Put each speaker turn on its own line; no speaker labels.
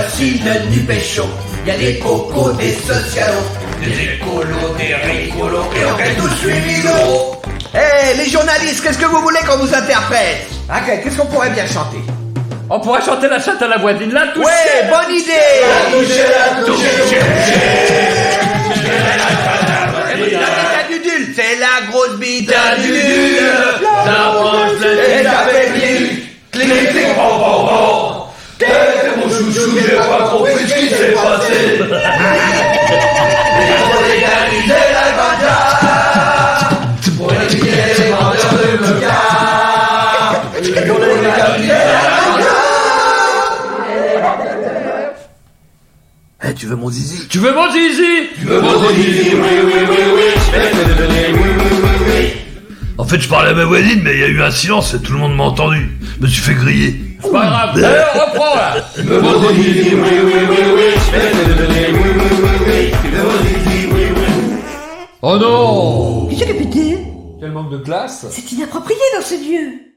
voisines du pécho. Y'a les cocos, des socialos, des écolos, des rigolos, et on est tous suivis d'euros. Les journalistes, qu'est-ce que vous voulez qu'on vous interprète? Qu'est-ce qu'on pourrait bien chanter?
On pourrait chanter la chatte à la voisine, la touche.
Ouais, bonne idée. La touche. C'est la grosse bite à Dudule. La branche est avec clic, clic, bon, bon, bon. T'es mon chouchou, j'ai pas compris ce qui s'est passé. Pour légaliser la ganja, pour éviter les vendeurs de meca, pour légaliser la ganja. Tu veux mon zizi?
Tu veux mon zizi?
Tu veux mon zizi? Oui, oui, oui, oui. Je vais te le donner, oui, oui, oui, oui.
En fait, je parlais à ma voisine, mais il y a eu un silence et tout le monde m'a entendu. Je me suis fait griller.
C'est pas grave. Allez, on reprend là.
Tu veux mon zizi? Oui, oui, oui, oui. Je vais te le donner, oui, oui, oui, oui. Tu veux mon zizi? Oui, oui.
Oh non!
Qu'est-ce que putain?
Quel manque de classe.
C'est inapproprié dans ce lieu.